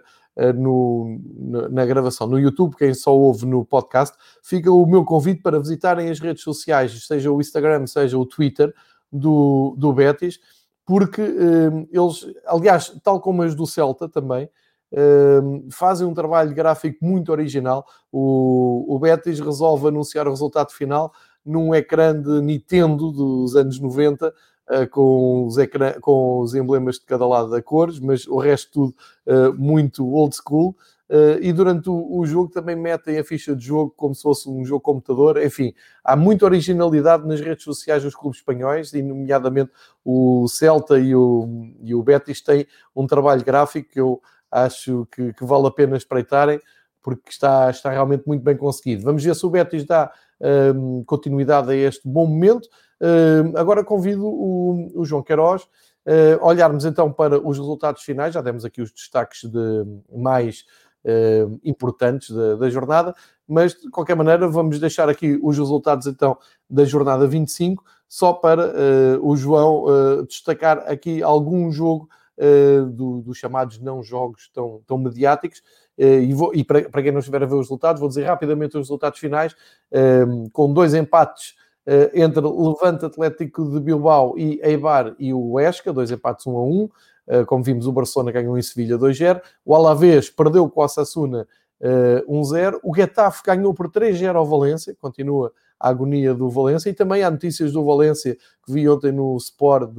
na gravação no YouTube, quem só ouve no podcast, fica o meu convite para visitarem as redes sociais, seja o Instagram, seja o Twitter do Betis, porque eles, aliás, tal como as do Celta também, fazem um trabalho gráfico muito original. O Betis resolve anunciar o resultado final num ecrã de Nintendo dos anos 90, com os emblemas de cada lado da cores, mas o resto tudo muito old school. E durante o jogo também metem a ficha de jogo como se fosse um jogo computador. Enfim, há muita originalidade nas redes sociais dos clubes espanhóis, e nomeadamente o Celta e o Betis têm um trabalho gráfico que eu acho que vale a pena espreitarem, porque está realmente muito bem conseguido. Vamos ver se o Betis dá continuidade a este bom momento. Agora convido o João Queiroz a olharmos então para os resultados finais. Já demos aqui os destaques mais importantes da jornada, mas de qualquer maneira vamos deixar aqui os resultados então da jornada 25, só para o João destacar aqui algum jogo dos chamados não jogos tão mediáticos, e para quem não estiver a ver os resultados, vou dizer rapidamente os resultados finais, com 2 empates entre Levante Atlético de Bilbao e Eibar e o Huesca, 2 empates 1-1. Como vimos, o Barcelona ganhou em Sevilha 2-0, o Alavés perdeu com o Osasuna 1-0, o Getafe ganhou por 3-0 ao Valência, continua a agonia do Valência, e também há notícias do Valência que vi ontem no Sport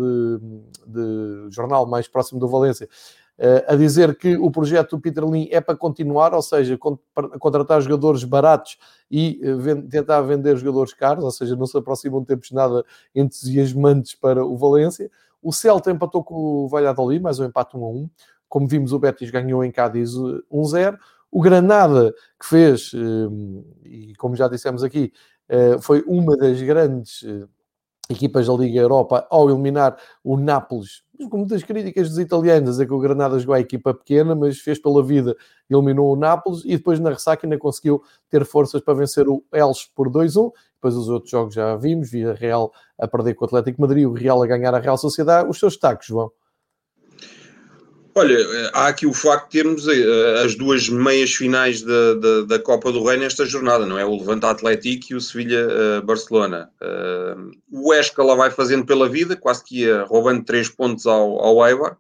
de jornal mais próximo do Valência, a dizer que o projeto do Peter Lim é para continuar, ou seja, contratar jogadores baratos e tentar vender jogadores caros, ou seja, não se aproximam tempos nada entusiasmantes para o Valência. O Celta empatou com o Valladolid, mais um empate 1-1. Como vimos, o Betis ganhou em Cádiz 1-0. O Granada, que fez, e como já dissemos aqui, foi uma das grandes equipas da Liga Europa ao eliminar o Nápoles, com muitas críticas dos italianos, é que o Granada jogou a equipa pequena, mas fez pela vida, eliminou o Nápoles, e depois na ressaca ainda conseguiu ter forças para vencer o Elche por 2-1. Depois os outros jogos já vimos, Via Real a perder com o Atlético de Madrid, o Real a ganhar a Real Sociedade. Os seus destaques, João? Olha, há aqui o facto de termos as 2 meias finais da Copa do Rei nesta jornada, não é? O Levante Atlético e o Sevilha Barcelona. O Huesca lá vai fazendo pela vida, quase que ia roubando 3 pontos ao Eibar.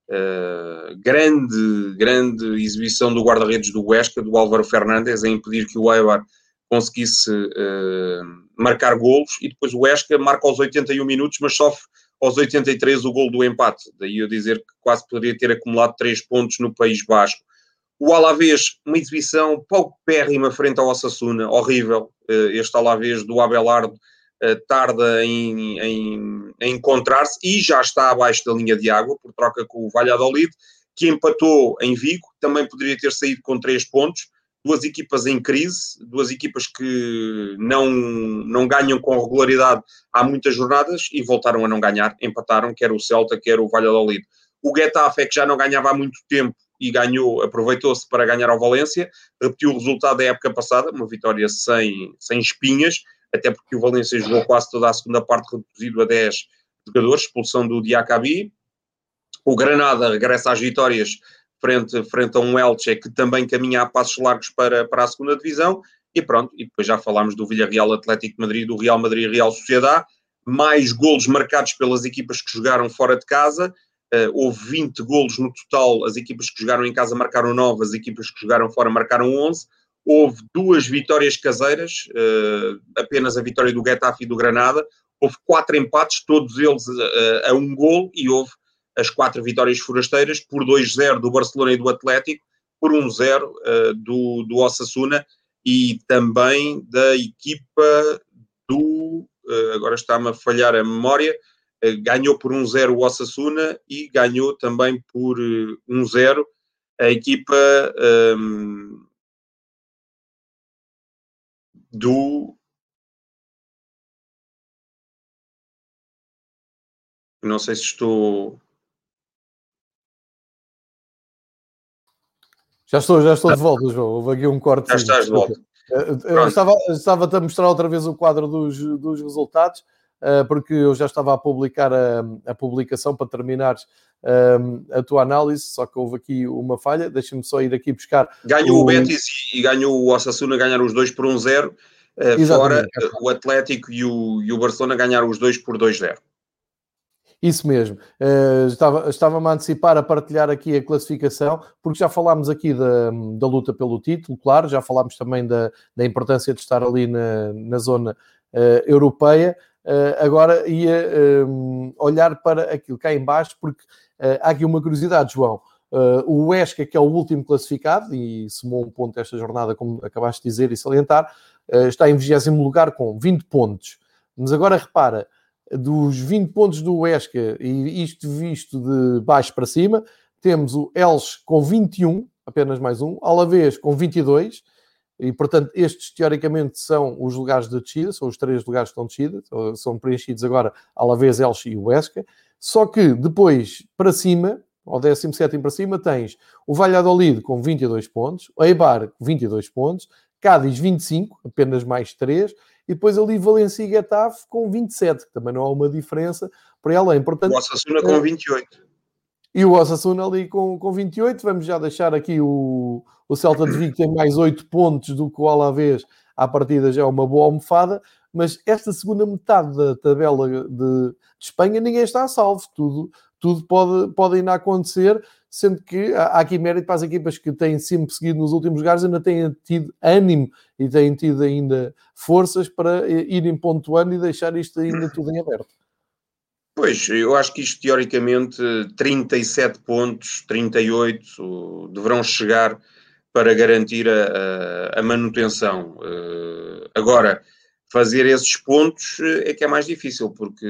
grande exibição do guarda-redes do Huesca, do Álvaro Fernandes, a impedir que o Eibar conseguisse marcar golos, e depois o Huesca marca aos 81 minutos, mas sofre aos 83 o gol do empate. Daí eu dizer que quase poderia ter acumulado 3 pontos no País Basco. O Alavés, uma exibição paupérrima frente ao Osasuna, horrível. Este Alavés do Abelardo tarda em encontrar-se e já está abaixo da linha de água, por troca com o Valladolid, que empatou em Vigo, também poderia ter saído com 3 pontos. Duas equipas em crise, duas equipas que não ganham com regularidade há muitas jornadas e voltaram a não ganhar, empataram, quer o Celta, quer o Valladolid. O Getafe é que já não ganhava há muito tempo e ganhou, aproveitou-se para ganhar ao Valência, repetiu o resultado da época passada, uma vitória sem espinhas, até porque o Valência jogou quase toda a segunda parte reduzido a 10 jogadores, expulsão do Diacabi. O Granada regressa às vitórias frente a um Elche que também caminha a passos largos para a segunda divisão, e pronto, e depois já falámos do Villarreal Atlético de Madrid, do Real Madrid Real Sociedade, mais golos marcados pelas equipas que jogaram fora de casa. Houve 20 golos no total, as equipas que jogaram em casa marcaram 9, as equipas que jogaram fora marcaram 11. Houve 2 vitórias caseiras, apenas a vitória do Getafe e do Granada. Houve 4 empates, todos eles a um golo, e houve as 4 vitórias forasteiras, por 2-0 do Barcelona e do Atlético, por 1-0 do Osasuna, e também da equipa do... agora está-me a falhar a memória, ganhou por 1-0 o Osasuna e ganhou também por 1-0 a equipa do... Não sei se estou... Já estou de volta, João. Houve aqui um corte. Já estás de volta. Estava-te a mostrar outra vez o quadro dos resultados, porque eu já estava a publicar a publicação para terminar a tua análise, só que houve aqui uma falha. Deixa-me só ir aqui buscar. Ganhou o Betis e ganhou o Osasuna, ganharam os 2 por 1-0. Fora, o Atlético e o Barcelona ganharam os 2 por 2-0. Isso mesmo. Estava-me a antecipar a partilhar aqui a classificação, porque já falámos aqui da luta pelo título, claro, já falámos também da importância de estar ali na zona europeia. Agora ia olhar para aquilo cá em baixo, porque há aqui uma curiosidade, João. O Huesca, que é o último classificado, e somou um ponto esta jornada, como acabaste de dizer e salientar, está em 20º lugar com 20 pontos. Mas agora repara, dos 20 pontos do Huesca, e isto visto de baixo para cima, temos o Elche com 21, apenas mais um, Alavés com 22, e portanto estes teoricamente são os lugares de descida, são os 3 lugares que estão de descida, são preenchidos agora Alavés, Elche e Huesca. Só que depois para cima, ao 17º para cima, tens o Valladolid com 22 pontos, o Eibar com 22 pontos, Cádiz 25, apenas mais 3, e depois ali Valência e Getafe com 27, que também não há uma diferença para além. Portanto, o Osasuna com 28. E o Osasuna ali com 28. Vamos já deixar aqui o Celta de Vigo, que tem mais 8 pontos do que o Alavés. À partida já é uma boa almofada. Mas esta segunda metade da tabela de Espanha, ninguém está a salvo. Tudo pode ainda acontecer, sendo que há aqui mérito para as equipas que têm sempre seguido nos últimos lugares, ainda têm tido ânimo e têm tido ainda forças para irem pontuando e deixar isto ainda tudo em aberto. Pois, eu acho que isto teoricamente 37 pontos, 38 deverão chegar para garantir a manutenção. Agora, fazer esses pontos é que é mais difícil, porque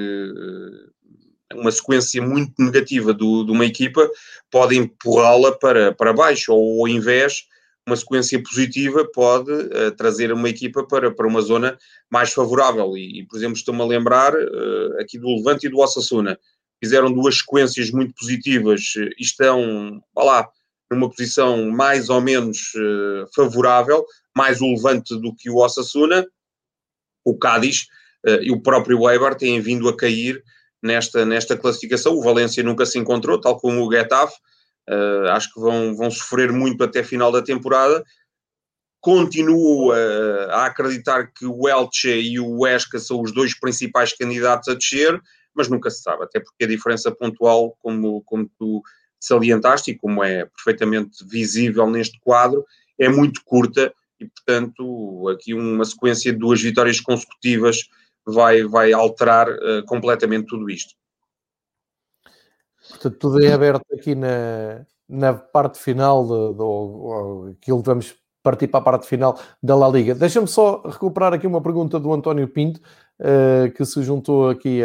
uma sequência muito negativa de uma equipa pode empurrá-la para baixo, ou ao invés, uma sequência positiva pode trazer uma equipa para uma zona mais favorável. E por exemplo, estou-me a lembrar aqui do Levante e do Osasuna. Fizeram 2 sequências muito positivas e estão, numa posição mais ou menos favorável, mais o Levante do que o Osasuna. O Cádiz e o próprio Eibar têm vindo a cair nesta classificação. O Valência nunca se encontrou, tal como o Getafe. Acho que vão sofrer muito até final da temporada. Continuo a acreditar que o Elche e o Huesca são os 2 principais candidatos a descer, mas nunca se sabe, até porque a diferença pontual, como tu salientaste e como é perfeitamente visível neste quadro, é muito curta e, portanto, aqui uma sequência de 2 vitórias consecutivas vai alterar completamente tudo isto. Portanto, tudo em aberto aqui na parte final, aquilo que vamos partir para a parte final da La Liga. Deixa-me só recuperar aqui uma pergunta do António Pinto, que se juntou aqui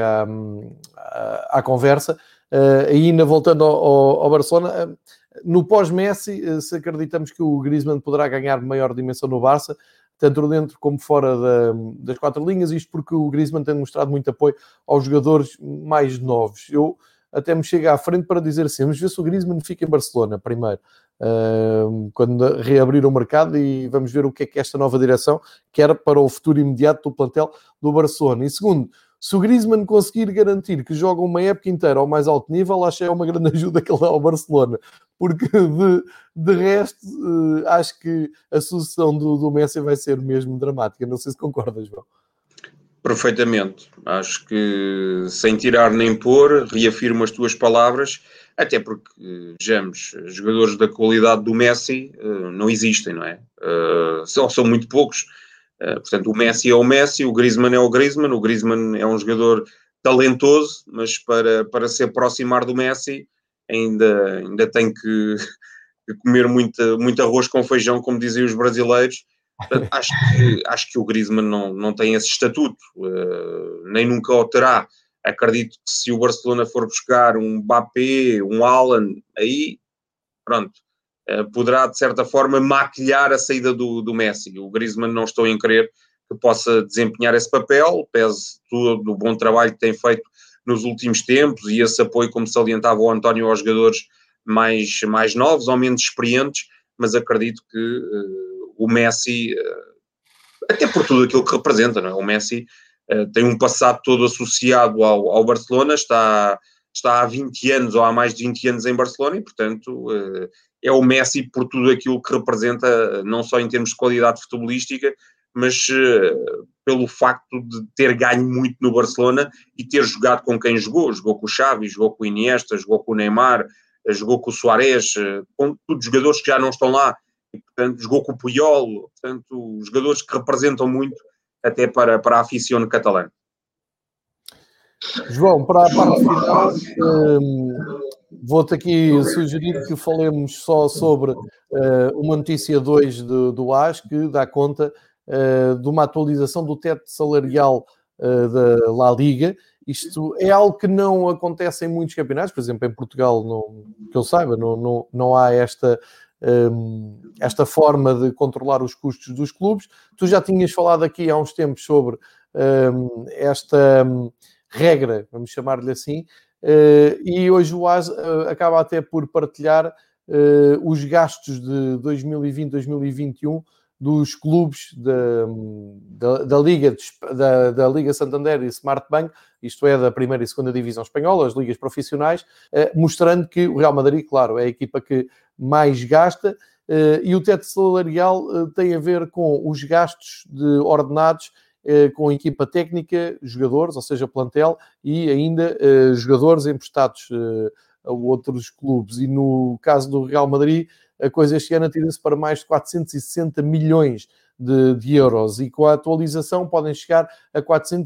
à conversa. Ainda voltando ao Barcelona, no pós-Messi, se acreditamos que o Griezmann poderá ganhar maior dimensão no Barça, tanto dentro como fora das 4 linhas, isto porque o Griezmann tem mostrado muito apoio aos jogadores mais novos. Eu até me chego à frente para dizer assim, vamos ver se o Griezmann fica em Barcelona primeiro, quando reabrir o mercado, e vamos ver o que é esta nova direção quer para o futuro imediato do plantel do Barcelona. E segundo, se o Griezmann conseguir garantir que joga uma época inteira ao mais alto nível, acho que é uma grande ajuda que ele dá ao Barcelona, porque de resto acho que a sucessão do Messi vai ser mesmo dramática. Não sei se concordas, João. Perfeitamente. Acho que, sem tirar nem pôr, reafirmo as tuas palavras, até porque, vejamos, jogadores da qualidade do Messi não existem, não é? São muito poucos. Portanto, o Messi é o Messi, o Griezmann é o Griezmann é um jogador talentoso, mas para se aproximar do Messi ainda tem que comer muito arroz com feijão, como diziam os brasileiros. Portanto, acho que o Griezmann não tem esse estatuto, nem nunca o terá. Acredito que se o Barcelona for buscar um Mbappé, um Haaland, aí, pronto, poderá de certa forma maquilhar a saída do Messi. O Griezmann não estou em crer que possa desempenhar esse papel, pese todo o bom trabalho que tem feito nos últimos tempos e esse apoio, como salientava o António, aos jogadores mais novos ou menos experientes, mas acredito que o Messi, até por tudo aquilo que representa, não é? O Messi tem um passado todo associado ao Barcelona, está há 20 anos ou há mais de 20 anos em Barcelona e, portanto, é o Messi por tudo aquilo que representa, não só em termos de qualidade futebolística, mas pelo facto de ter ganho muito no Barcelona e ter jogado com quem jogou. Jogou com o Xavi, jogou com o Iniesta, jogou com o Neymar, jogou com o Suárez, com todos os jogadores que já não estão lá. E, portanto, jogou com o Puyol. Portanto, jogadores que representam muito até para a afición catalã. João, para a parte final, vou-te aqui sugerir que falemos só sobre uma notícia 2 do AS, que dá conta de uma atualização do teto salarial da La Liga. Isto é algo que não acontece em muitos campeonatos, por exemplo, em Portugal, que eu saiba, não há esta forma de controlar os custos dos clubes. Tu já tinhas falado aqui há uns tempos sobre esta regra, vamos chamar-lhe assim, e hoje o AS acaba até por partilhar os gastos de 2020-2021 dos clubes da Liga Santander e Smart Bank, isto é, da primeira e segunda divisão espanhola, as ligas profissionais, mostrando que o Real Madrid, claro, é a equipa que mais gasta, e o teto salarial tem a ver com os gastos de ordenados com equipa técnica, jogadores, ou seja, plantel, e ainda jogadores emprestados a outros clubes. E no caso do Real Madrid, a coisa este ano atira-se para mais de 460 milhões de euros, e com a atualização podem chegar a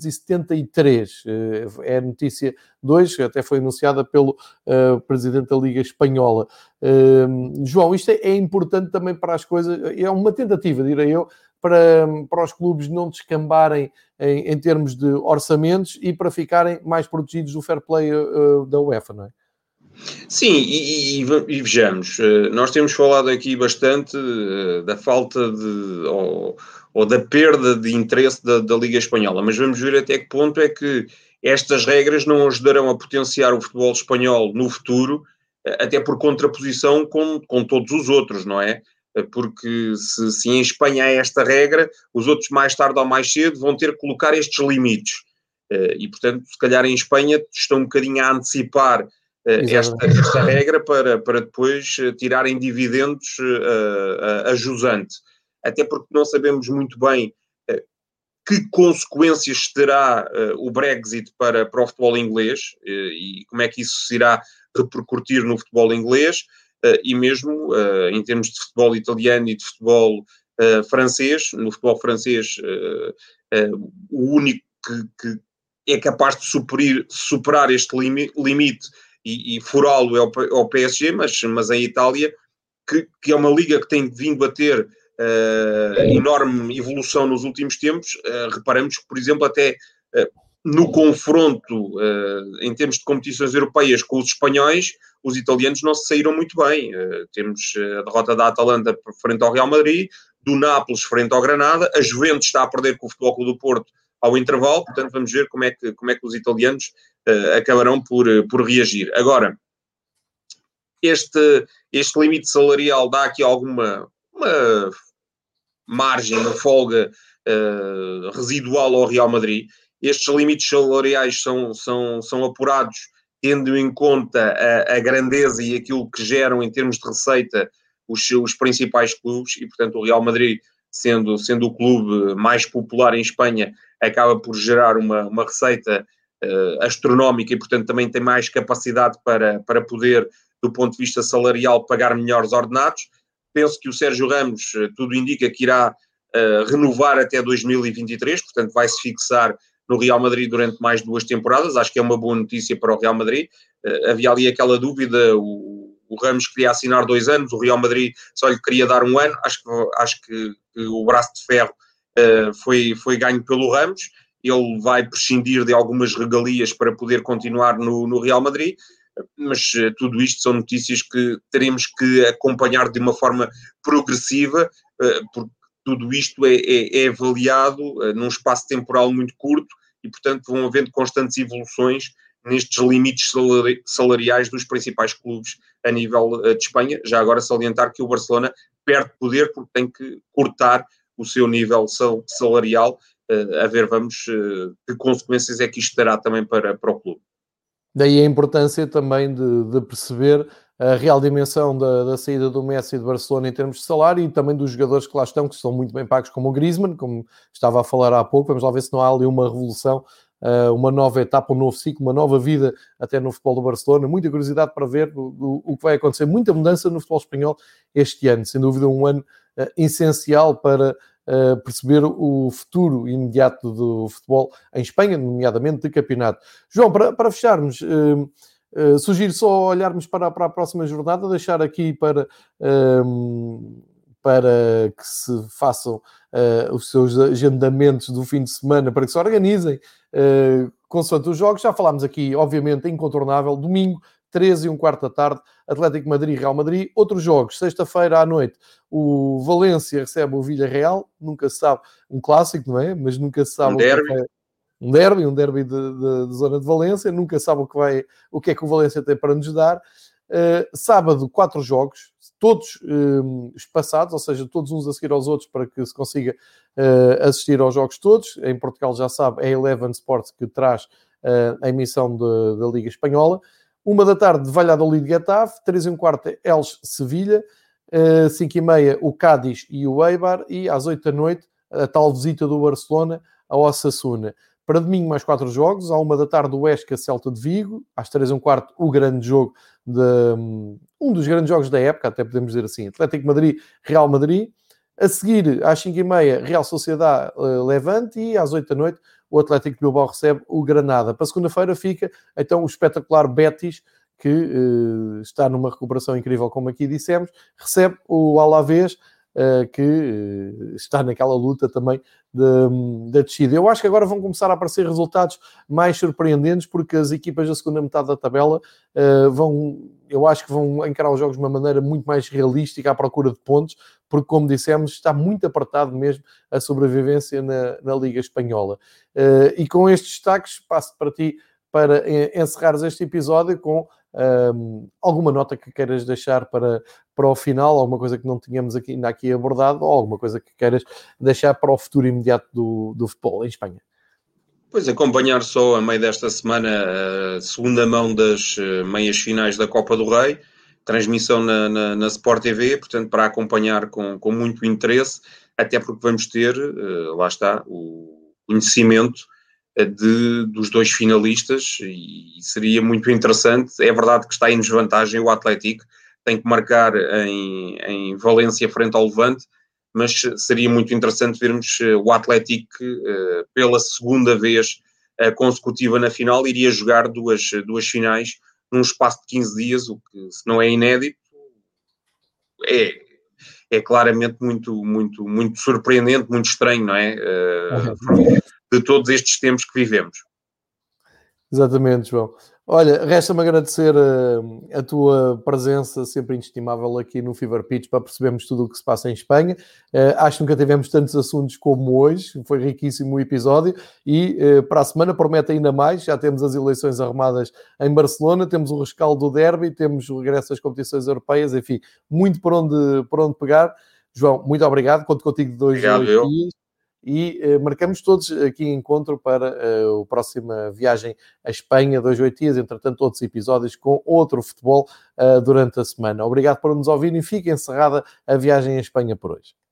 473. É a notícia 2, que até foi anunciada pelo Presidente da Liga Espanhola. João, isto é importante também para as coisas, é uma tentativa, direi eu, para os clubes não descambarem em termos de orçamentos e para ficarem mais protegidos do fair play da UEFA, não é? Sim, e vejamos, nós temos falado aqui bastante da falta de, ou da perda de interesse da Liga Espanhola, mas vamos ver até que ponto é que estas regras não ajudarão a potenciar o futebol espanhol no futuro, até por contraposição com todos os outros, não é? Porque se em Espanha há esta regra, os outros mais tarde ou mais cedo vão ter que colocar estes limites. E, portanto, se calhar em Espanha estão um bocadinho a antecipar esta regra para depois tirarem dividendos a jusante. Até porque não sabemos muito bem que consequências terá o Brexit para o futebol inglês e como é que isso se irá repercutir no futebol inglês e mesmo em termos de futebol italiano e de futebol francês. No futebol francês, o único que é capaz de superar este limite e furá-lo é o PSG, mas em Itália, que é uma liga que tem vindo a ter enorme evolução nos últimos tempos. Reparamos que, por exemplo, até no confronto em termos de competições europeias com os espanhóis, os italianos não se saíram muito bem. Temos a derrota da Atalanta frente ao Real Madrid, do Nápoles frente ao Granada, a Juventus está a perder com o Futebol Clube do Porto ao intervalo, portanto vamos ver como é que os italianos acabarão por reagir. Agora, este limite salarial dá aqui alguma uma margem, uma folga residual ao Real Madrid. Estes limites salariais são apurados tendo em conta a grandeza e aquilo que geram em termos de receita os principais clubes, e portanto o Real Madrid, sendo o clube mais popular em Espanha, acaba por gerar uma receita astronómica e portanto também tem mais capacidade para poder, do ponto de vista salarial, pagar melhores ordenados. Penso que o Sérgio Ramos, tudo indica que irá renovar até 2023, portanto vai-se fixar no Real Madrid durante mais 2 temporadas. Acho que é uma boa notícia para o Real Madrid. Havia ali aquela dúvida, o Ramos queria assinar 2 anos, o Real Madrid só lhe queria dar 1 ano. Acho que o braço de ferro foi ganho pelo Ramos. Ele vai prescindir de algumas regalias para poder continuar no Real Madrid, mas tudo isto são notícias que teremos que acompanhar de uma forma progressiva, porque tudo isto é avaliado num espaço temporal muito curto e, portanto, vão havendo constantes evoluções nestes limites salariais dos principais clubes a nível de Espanha. Já agora salientar que o Barcelona perde poder porque tem que cortar o seu nível salarial. A ver, vamos, que consequências é que isto terá também para o clube. Daí a importância também de perceber a real dimensão da saída do Messi de Barcelona em termos de salário e também dos jogadores que lá estão, que são muito bem pagos, como o Griezmann, como estava a falar há pouco. Vamos lá ver se não há ali uma revolução, uma nova etapa, um novo ciclo, uma nova vida até no futebol do Barcelona. Muita curiosidade para ver o que vai acontecer. Muita mudança no futebol espanhol este ano. Sem dúvida um ano essencial para perceber o futuro imediato do futebol em Espanha, nomeadamente de campeonato. João, para fecharmos, sugiro só olharmos para a próxima jornada, deixar aqui para que se façam os seus agendamentos do fim de semana, para que se organizem consoante os jogos. Já falámos aqui, obviamente, incontornável, domingo, 13h15 da tarde, Atlético Madrid, Real Madrid. Outros jogos, sexta-feira à noite, o Valência recebe o Villarreal, nunca se sabe, um clássico, não é? Mas nunca se sabe um derby de zona de Valência, nunca sabe o que é que o Valência tem para nos dar. Sábado, 4 jogos, todos espaçados, ou seja, todos uns a seguir aos outros para que se consiga assistir aos jogos todos. Em Portugal, já sabe, é a Eleven Sports que traz a emissão da Liga Espanhola. 1 da tarde, Valladolid Getafe, 3h15, Elche Sevilha, 5h30, o Cádiz e o Eibar, e às 8 da noite, a tal visita do Barcelona ao Osasuna. Para domingo, mais 4 jogos. À 1 da tarde, o Huesca Celta de Vigo. Às 3h15, o grande jogo, um dos grandes jogos da época, até podemos dizer assim, Atlético Madrid, Real Madrid. A seguir, às 5h30, Real Sociedade Levante, e às 8 da noite, o Atlético de Bilbao recebe o Granada. Para segunda-feira fica, então, o espetacular Betis, que está numa recuperação incrível, como aqui dissemos, recebe o Alavés, que está naquela luta também da descida. Eu acho que agora vão começar a aparecer resultados mais surpreendentes, porque as equipas da segunda metade da tabela eu acho que vão encarar os jogos de uma maneira muito mais realística, à procura de pontos, porque, como dissemos, está muito apertado mesmo a sobrevivência na Liga Espanhola. E com estes destaques, passo para ti para encerrares este episódio com alguma nota que queiras deixar para o final, alguma coisa que não tínhamos ainda aqui abordado, ou alguma coisa que queiras deixar para o futuro imediato do futebol em Espanha. Pois, acompanhar só a meio desta semana a segunda mão das meias finais da Copa do Rei, transmissão na Sport TV, portanto, para acompanhar com muito interesse, até porque vamos ter, lá está, o conhecimento dos dois finalistas, e seria muito interessante. É verdade que está em desvantagem o Atlético, tem que marcar em Valência frente ao Levante, mas seria muito interessante vermos o Atlético pela segunda vez consecutiva na final, iria jogar duas finais num espaço de 15 dias, o que, se não é inédito, é claramente muito surpreendente, muito estranho, não é? De todos estes tempos que vivemos. Exatamente, João. Olha, resta-me agradecer a tua presença sempre inestimável aqui no Fever Pitch para percebermos tudo o que se passa em Espanha. Acho que nunca tivemos tantos assuntos como hoje, foi riquíssimo o episódio e para a semana promete ainda mais. Já temos as eleições arrumadas em Barcelona, temos o rescaldo do derby, temos o regresso às competições europeias, enfim, muito por onde pegar. João, muito obrigado, conto contigo de 2 a 8 dias. E marcamos todos aqui encontro para a próxima viagem à Espanha, 2 a 8 dias, entretanto outros episódios com outro futebol durante a semana. Obrigado por nos ouvirem e fica encerrada a viagem à Espanha por hoje.